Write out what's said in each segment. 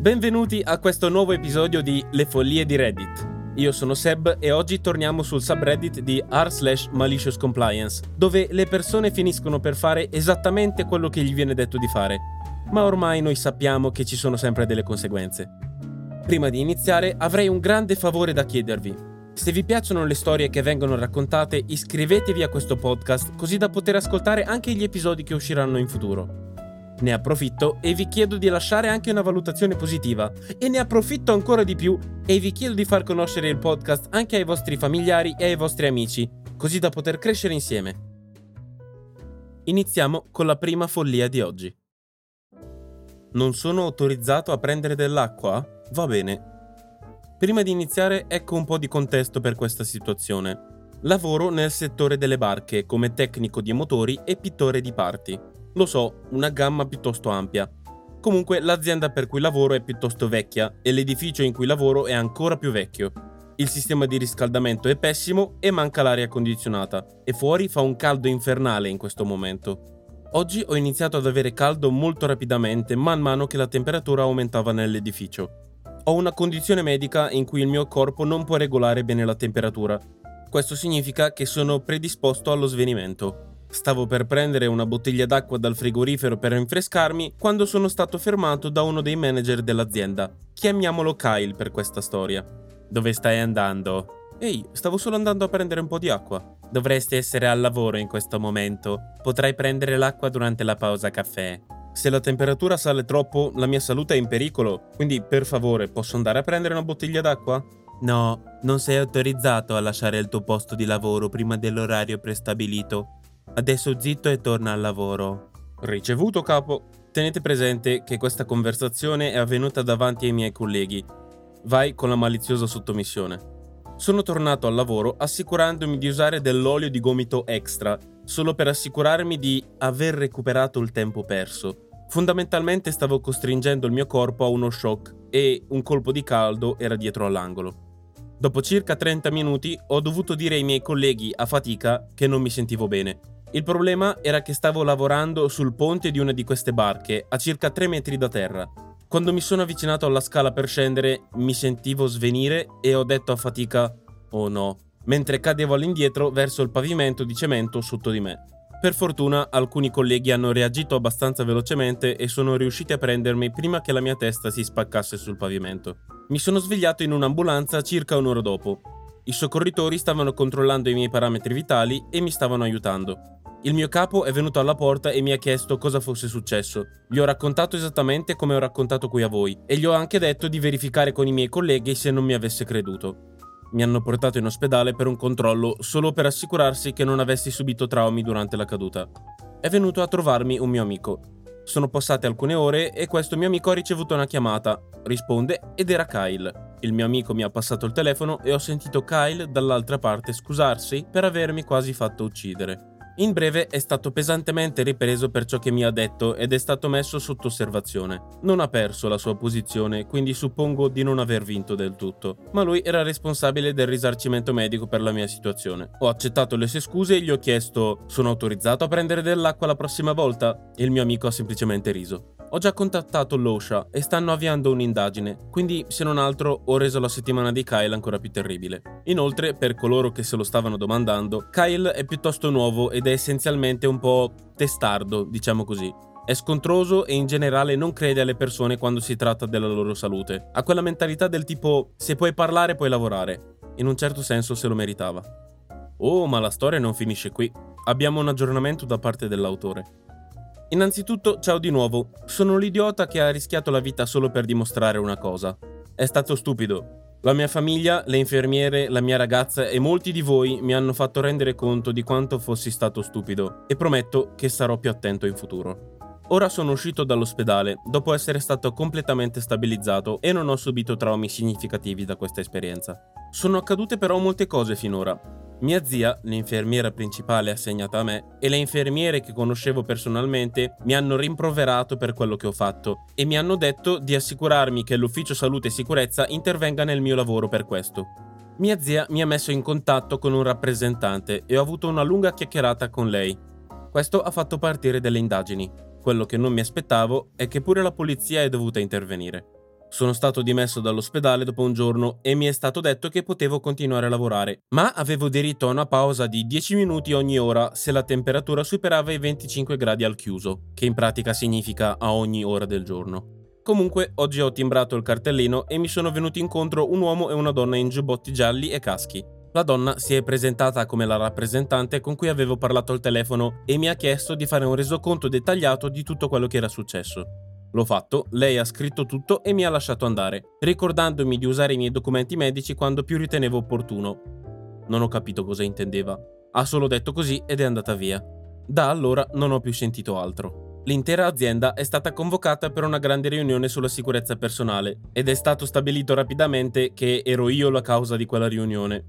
Benvenuti a questo nuovo episodio di Le follie di Reddit. Io sono Seb e oggi torniamo sul subreddit di r/malicious compliance, dove le persone finiscono per fare esattamente quello che gli viene detto di fare, ma ormai noi sappiamo che ci sono sempre delle conseguenze. Prima di iniziare avrei un grande favore da chiedervi. Se vi piacciono le storie che vengono raccontate, iscrivetevi a questo podcast così da poter ascoltare anche gli episodi che usciranno in futuro. Ne approfitto e vi chiedo di lasciare anche una valutazione positiva e ne approfitto ancora di più e vi chiedo di far conoscere il podcast anche ai vostri familiari e ai vostri amici, così da poter crescere insieme. Iniziamo con la prima follia di oggi. Non sono autorizzato a prendere dell'acqua? Va bene. Prima di iniziare, ecco un po' di contesto per questa situazione. Lavoro nel settore delle barche come tecnico di motori e pittore di parti. Lo so, una gamma piuttosto ampia. Comunque l'azienda per cui lavoro è piuttosto vecchia e l'edificio in cui lavoro è ancora più vecchio. Il sistema di riscaldamento è pessimo e manca l'aria condizionata e fuori fa un caldo infernale in questo momento. Oggi ho iniziato ad avere caldo molto rapidamente man mano che la temperatura aumentava nell'edificio. Ho una condizione medica in cui il mio corpo non può regolare bene la temperatura. Questo significa che sono predisposto allo svenimento. Stavo per prendere una bottiglia d'acqua dal frigorifero per rinfrescarmi quando sono stato fermato da uno dei manager dell'azienda. Chiamiamolo Kyle per questa storia. Dove stai andando? Ehi, stavo solo andando a prendere un po' di acqua. Dovresti essere al lavoro in questo momento. Potrai prendere l'acqua durante la pausa caffè. Se la temperatura sale troppo, la mia salute è in pericolo, quindi per favore posso andare a prendere una bottiglia d'acqua? No, non sei autorizzato a lasciare il tuo posto di lavoro prima dell'orario prestabilito. Adesso zitto e torna al lavoro. Ricevuto, capo. Tenete presente che questa conversazione è avvenuta davanti ai miei colleghi. Vai con la maliziosa sottomissione. Sono tornato al lavoro assicurandomi di usare dell'olio di gomito extra, solo per assicurarmi di aver recuperato il tempo perso. Fondamentalmente stavo costringendo il mio corpo a uno shock e un colpo di caldo era dietro all'angolo. Dopo circa 30 minuti ho dovuto dire ai miei colleghi a fatica che non mi sentivo bene. Il problema era che stavo lavorando sul ponte di una di queste barche, a circa 3 metri da terra. Quando mi sono avvicinato alla scala per scendere, mi sentivo svenire e ho detto a fatica «Oh no», mentre cadevo all'indietro verso il pavimento di cemento sotto di me. Per fortuna alcuni colleghi hanno reagito abbastanza velocemente e sono riusciti a prendermi prima che la mia testa si spaccasse sul pavimento. Mi sono svegliato in un'ambulanza circa un'ora dopo. I soccorritori stavano controllando i miei parametri vitali e mi stavano aiutando. Il mio capo è venuto alla porta e mi ha chiesto cosa fosse successo. Gli ho raccontato esattamente come ho raccontato qui a voi e gli ho anche detto di verificare con i miei colleghi se non mi avesse creduto. Mi hanno portato in ospedale per un controllo solo per assicurarsi che non avessi subito traumi durante la caduta. È venuto a trovarmi un mio amico. Sono passate alcune ore e questo mio amico ha ricevuto una chiamata. Risponde ed era Kyle. Il mio amico mi ha passato il telefono e ho sentito Kyle dall'altra parte scusarsi per avermi quasi fatto uccidere. In breve è stato pesantemente ripreso per ciò che mi ha detto ed è stato messo sotto osservazione. Non ha perso la sua posizione, quindi suppongo di non aver vinto del tutto. Ma lui era responsabile del risarcimento medico per la mia situazione. Ho accettato le sue scuse e gli ho chiesto «Sono autorizzato a prendere dell'acqua la prossima volta?» Il mio amico ha semplicemente riso. Ho già contattato l'OSHA e stanno avviando un'indagine, quindi se non altro ho reso la settimana di Kyle ancora più terribile. Inoltre, per coloro che se lo stavano domandando, Kyle è piuttosto nuovo ed è essenzialmente un po' testardo, diciamo così. È scontroso e in generale non crede alle persone quando si tratta della loro salute. Ha quella mentalità del tipo se puoi parlare puoi lavorare. In un certo senso se lo meritava. Oh, ma la storia non finisce qui. Abbiamo un aggiornamento da parte dell'autore. Innanzitutto, ciao di nuovo. Sono l'idiota che ha rischiato la vita solo per dimostrare una cosa. È stato stupido. La mia famiglia, le infermiere, la mia ragazza e molti di voi mi hanno fatto rendere conto di quanto fossi stato stupido e prometto che sarò più attento in futuro. Ora sono uscito dall'ospedale dopo essere stato completamente stabilizzato e non ho subito traumi significativi da questa esperienza. Sono accadute però molte cose finora. Mia zia, l'infermiera principale assegnata a me, e le infermiere che conoscevo personalmente mi hanno rimproverato per quello che ho fatto e mi hanno detto di assicurarmi che l'ufficio salute e sicurezza intervenga nel mio lavoro per questo. Mia zia mi ha messo in contatto con un rappresentante e ho avuto una lunga chiacchierata con lei. Questo ha fatto partire delle indagini. Quello che non mi aspettavo è che pure la polizia è dovuta intervenire. Sono stato dimesso dall'ospedale dopo un giorno e mi è stato detto che potevo continuare a lavorare, ma avevo diritto a una pausa di 10 minuti ogni ora se la temperatura superava i 25 gradi al chiuso, che in pratica significa a ogni ora del giorno. Comunque, oggi ho timbrato il cartellino e mi sono venuti incontro un uomo e una donna in giubbotti gialli e caschi. La donna si è presentata come la rappresentante con cui avevo parlato al telefono e mi ha chiesto di fare un resoconto dettagliato di tutto quello che era successo. L'ho fatto, lei ha scritto tutto e mi ha lasciato andare, ricordandomi di usare i miei documenti medici quando più ritenevo opportuno. Non ho capito cosa intendeva. Ha solo detto così ed è andata via. Da allora non ho più sentito altro. L'intera azienda è stata convocata per una grande riunione sulla sicurezza personale ed è stato stabilito rapidamente che ero io la causa di quella riunione.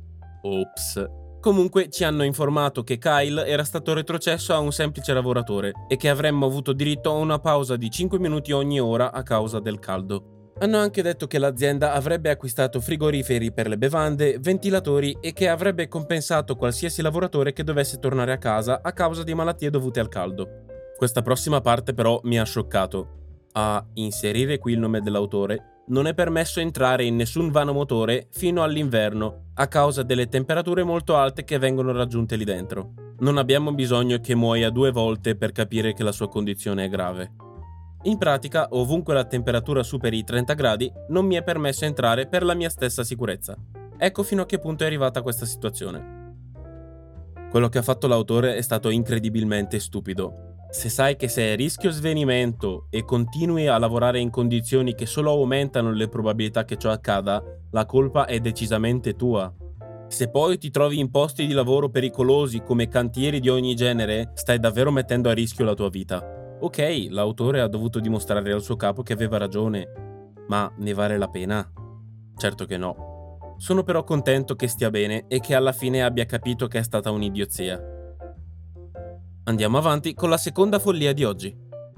Ops. Comunque ci hanno informato che Kyle era stato retrocesso a un semplice lavoratore e che avremmo avuto diritto a una pausa di 5 minuti ogni ora a causa del caldo. Hanno anche detto che l'azienda avrebbe acquistato frigoriferi per le bevande, ventilatori e che avrebbe compensato qualsiasi lavoratore che dovesse tornare a casa a causa di malattie dovute al caldo. Questa prossima parte però mi ha scioccato. A inserire qui il nome dell'autore, non è permesso entrare in nessun vano motore fino all'inverno, a causa delle temperature molto alte che vengono raggiunte lì dentro. Non abbiamo bisogno che muoia 2 volte per capire che la sua condizione è grave. In pratica, ovunque la temperatura superi i 30 gradi, non mi è permesso entrare per la mia stessa sicurezza. Ecco fino a che punto è arrivata questa situazione. Quello che ha fatto l'autore è stato incredibilmente stupido. Se sai che sei a rischio svenimento e continui a lavorare in condizioni che solo aumentano le probabilità che ciò accada, la colpa è decisamente tua. Se poi ti trovi in posti di lavoro pericolosi come cantieri di ogni genere, stai davvero mettendo a rischio la tua vita. Ok, l'autore ha dovuto dimostrare al suo capo che aveva ragione, ma ne vale la pena? Certo che no. Sono però contento che stia bene e che alla fine abbia capito che è stata un'idiozia. Andiamo avanti con la seconda follia di oggi.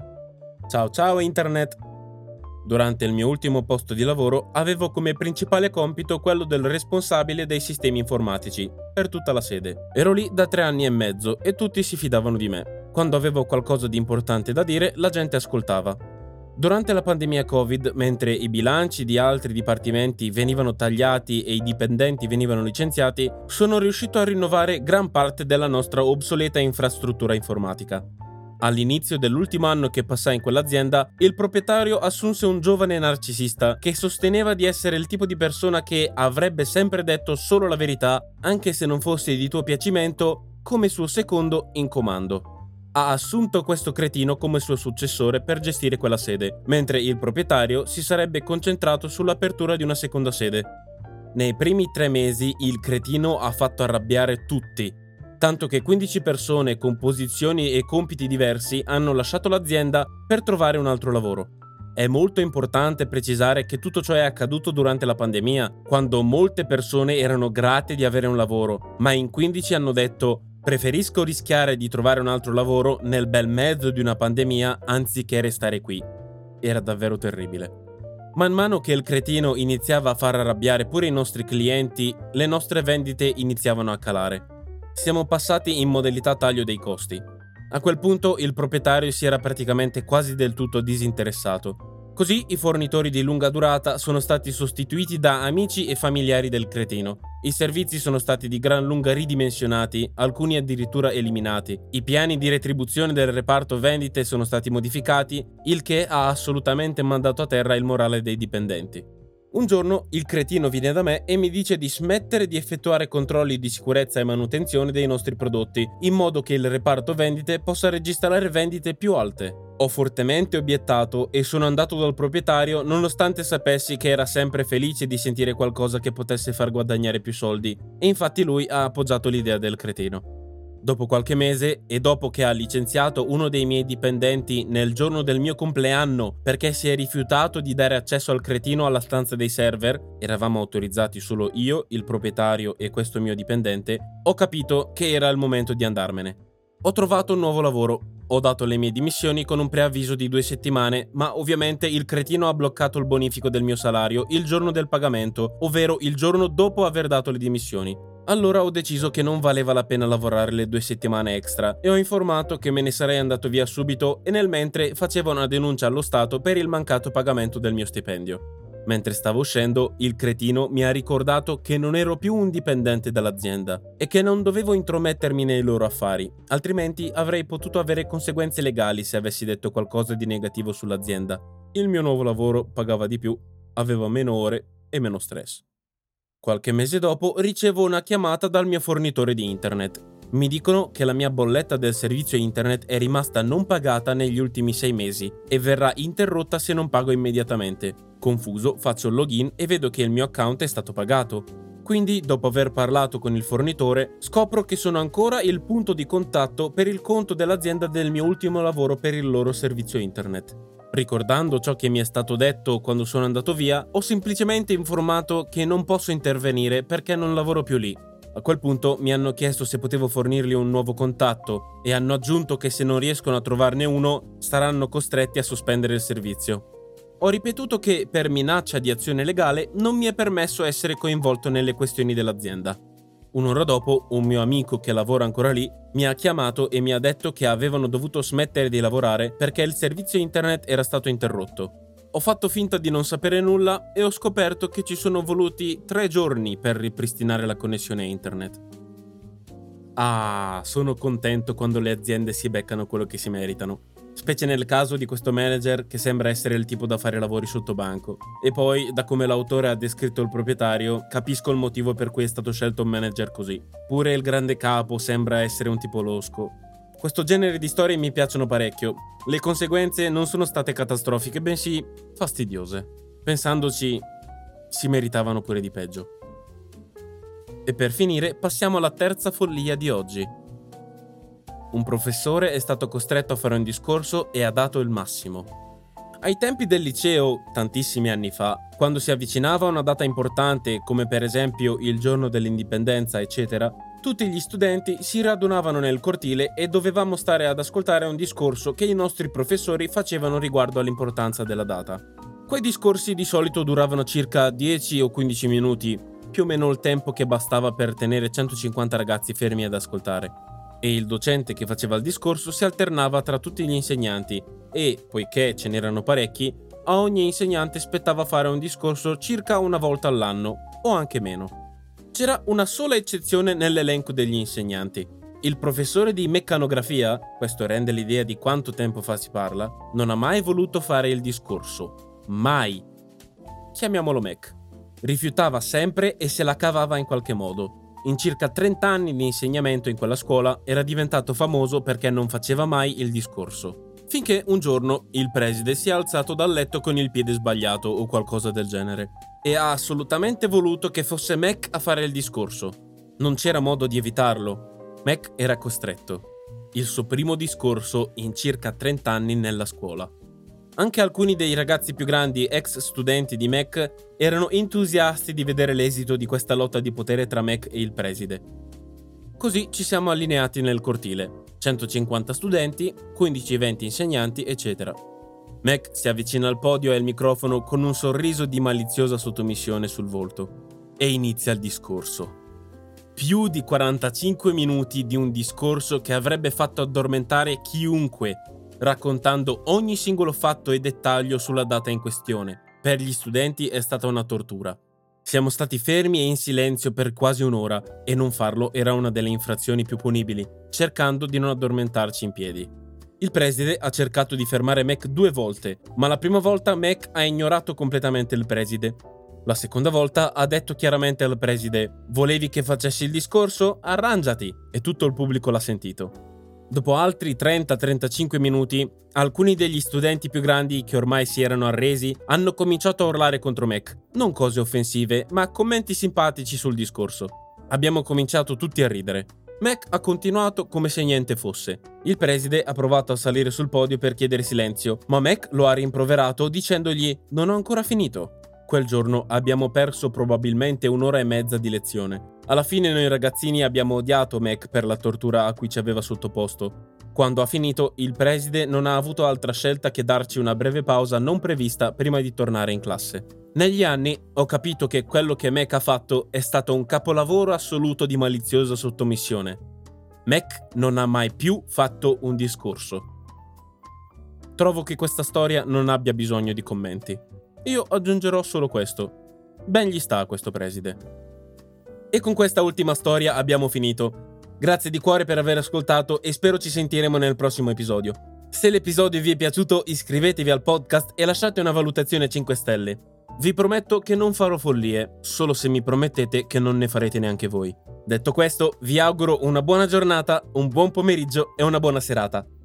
Ciao internet! Durante il mio ultimo posto di lavoro avevo come principale compito quello del responsabile dei sistemi informatici per tutta la sede. Ero lì da 3 anni e mezzo e tutti si fidavano di me. Quando avevo qualcosa di importante da dire, la gente ascoltava. Durante la pandemia Covid, mentre i bilanci di altri dipartimenti venivano tagliati e i dipendenti venivano licenziati, sono riuscito a rinnovare gran parte della nostra obsoleta infrastruttura informatica. All'inizio dell'ultimo anno che passai in quell'azienda, il proprietario assunse un giovane narcisista che sosteneva di essere il tipo di persona che avrebbe sempre detto solo la verità, anche se non fosse di tuo piacimento, come suo secondo in comando. Ha assunto questo cretino come suo successore per gestire quella sede, mentre il proprietario si sarebbe concentrato sull'apertura di una seconda sede. Nei primi 3 mesi il cretino ha fatto arrabbiare tutti, tanto che 15 persone con posizioni e compiti diversi hanno lasciato l'azienda per trovare un altro lavoro. È molto importante precisare che tutto ciò è accaduto durante la pandemia, quando molte persone erano grate di avere un lavoro, ma in 15 hanno detto «Preferisco rischiare di trovare un altro lavoro nel bel mezzo di una pandemia anziché restare qui». Era davvero terribile. Man mano che il cretino iniziava a far arrabbiare pure i nostri clienti, le nostre vendite iniziavano a calare. Siamo passati in modalità taglio dei costi. A quel punto il proprietario si era praticamente quasi del tutto disinteressato. Così i fornitori di lunga durata sono stati sostituiti da amici e familiari del cretino. I servizi sono stati di gran lunga ridimensionati, alcuni addirittura eliminati. I piani di retribuzione del reparto vendite sono stati modificati, il che ha assolutamente mandato a terra il morale dei dipendenti. Un giorno il cretino viene da me e mi dice di smettere di effettuare controlli di sicurezza e manutenzione dei nostri prodotti, in modo che il reparto vendite possa registrare vendite più alte. Ho fortemente obiettato e sono andato dal proprietario nonostante sapessi che era sempre felice di sentire qualcosa che potesse far guadagnare più soldi, e infatti lui ha appoggiato l'idea del cretino. Dopo qualche mese e dopo che ha licenziato uno dei miei dipendenti nel giorno del mio compleanno perché si è rifiutato di dare accesso al cretino alla stanza dei server, eravamo autorizzati solo io, il proprietario e questo mio dipendente, ho capito che era il momento di andarmene. Ho trovato un nuovo lavoro, ho dato le mie dimissioni con un preavviso di 2 settimane, ma ovviamente il cretino ha bloccato il bonifico del mio salario il giorno del pagamento, ovvero il giorno dopo aver dato le dimissioni. Allora ho deciso che non valeva la pena lavorare le 2 settimane extra e ho informato che me ne sarei andato via subito e nel mentre facevo una denuncia allo Stato per il mancato pagamento del mio stipendio. Mentre stavo uscendo, il cretino mi ha ricordato che non ero più un dipendente dall'azienda e che non dovevo intromettermi nei loro affari, altrimenti avrei potuto avere conseguenze legali se avessi detto qualcosa di negativo sull'azienda. Il mio nuovo lavoro pagava di più, aveva meno ore e meno stress. Qualche mese dopo ricevo una chiamata dal mio fornitore di internet. Mi dicono che la mia bolletta del servizio internet è rimasta non pagata negli ultimi 6 mesi e verrà interrotta se non pago immediatamente. Confuso, faccio il login e vedo che il mio account è stato pagato. Quindi, dopo aver parlato con il fornitore, scopro che sono ancora il punto di contatto per il conto dell'azienda del mio ultimo lavoro per il loro servizio internet. Ricordando ciò che mi è stato detto quando sono andato via, ho semplicemente informato che non posso intervenire perché non lavoro più lì. A quel punto mi hanno chiesto se potevo fornirgli un nuovo contatto e hanno aggiunto che se non riescono a trovarne uno, saranno costretti a sospendere il servizio. Ho ripetuto che, per minaccia di azione legale, non mi è permesso essere coinvolto nelle questioni dell'azienda. Un'ora dopo, un mio amico che lavora ancora lì mi ha chiamato e mi ha detto che avevano dovuto smettere di lavorare perché il servizio internet era stato interrotto. Ho fatto finta di non sapere nulla e ho scoperto che ci sono voluti 3 giorni per ripristinare la connessione internet. Ah, sono contento quando le aziende si beccano quello che si meritano. Specie nel caso di questo manager che sembra essere il tipo da fare lavori sotto banco. E poi, da come l'autore ha descritto il proprietario, capisco il motivo per cui è stato scelto un manager così. Pure il grande capo sembra essere un tipo losco. Questo genere di storie mi piacciono parecchio. Le conseguenze non sono state catastrofiche, bensì fastidiose. Pensandoci, si meritavano pure di peggio. E per finire, passiamo alla terza follia di oggi. Un professore è stato costretto a fare un discorso e ha dato il massimo. Ai tempi del liceo, tantissimi anni fa, quando si avvicinava una data importante, come per esempio il giorno dell'indipendenza, eccetera, tutti gli studenti si radunavano nel cortile e dovevamo stare ad ascoltare un discorso che i nostri professori facevano riguardo all'importanza della data. Quei discorsi di solito duravano circa 10 o 15 minuti, più o meno il tempo che bastava per tenere 150 ragazzi fermi ad ascoltare. E il docente che faceva il discorso si alternava tra tutti gli insegnanti e, poiché ce n'erano parecchi, a ogni insegnante spettava fare un discorso circa una volta all'anno, o anche meno. C'era una sola eccezione nell'elenco degli insegnanti. Il professore di meccanografia, questo rende l'idea di quanto tempo fa si parla, non ha mai voluto fare il discorso. Mai. Chiamiamolo Mec. Rifiutava sempre e se la cavava in qualche modo. In circa 30 anni di insegnamento in quella scuola era diventato famoso perché non faceva mai il discorso. Finché un giorno il preside si è alzato dal letto con il piede sbagliato o qualcosa del genere e ha assolutamente voluto che fosse Mec a fare il discorso. Non c'era modo di evitarlo. Mec era costretto. Il suo primo discorso in circa 30 anni nella scuola. Anche alcuni dei ragazzi più grandi, ex studenti di Mec, erano entusiasti di vedere l'esito di questa lotta di potere tra Mec e il preside. Così ci siamo allineati nel cortile. 150 studenti, 15-20 insegnanti, eccetera. Mec si avvicina al podio e al microfono con un sorriso di maliziosa sottomissione sul volto e inizia il discorso. Più di 45 minuti di un discorso che avrebbe fatto addormentare chiunque, raccontando ogni singolo fatto e dettaglio sulla data in questione. Per gli studenti è stata una tortura. Siamo stati fermi e in silenzio per quasi un'ora e non farlo era una delle infrazioni più punibili, cercando di non addormentarci in piedi. Il preside ha cercato di fermare Mec 2 volte, ma la prima volta Mec ha ignorato completamente il preside. La seconda volta ha detto chiaramente al preside: «Volevi che facessi il discorso? Arrangiati!» e tutto il pubblico l'ha sentito. Dopo altri 30-35 minuti, alcuni degli studenti più grandi che ormai si erano arresi hanno cominciato a urlare contro Mec. Non cose offensive, ma commenti simpatici sul discorso. Abbiamo cominciato tutti a ridere. Mec ha continuato come se niente fosse. Il preside ha provato a salire sul podio per chiedere silenzio, ma Mec lo ha rimproverato dicendogli: «Non ho ancora finito». Quel giorno abbiamo perso probabilmente 1 ora e mezza di lezione. Alla fine noi ragazzini abbiamo odiato Mec per la tortura a cui ci aveva sottoposto. Quando ha finito, il preside non ha avuto altra scelta che darci una breve pausa non prevista prima di tornare in classe. Negli anni ho capito che quello che Mec ha fatto è stato un capolavoro assoluto di maliziosa sottomissione. Mec non ha mai più fatto un discorso. Trovo che questa storia non abbia bisogno di commenti. Io aggiungerò solo questo. Ben gli sta a questo preside. E con questa ultima storia abbiamo finito. Grazie di cuore per aver ascoltato e spero ci sentiremo nel prossimo episodio. Se l'episodio vi è piaciuto, iscrivetevi al podcast e lasciate una valutazione 5 stelle. Vi prometto che non farò follie, solo se mi promettete che non ne farete neanche voi. Detto questo, vi auguro una buona giornata, un buon pomeriggio e una buona serata.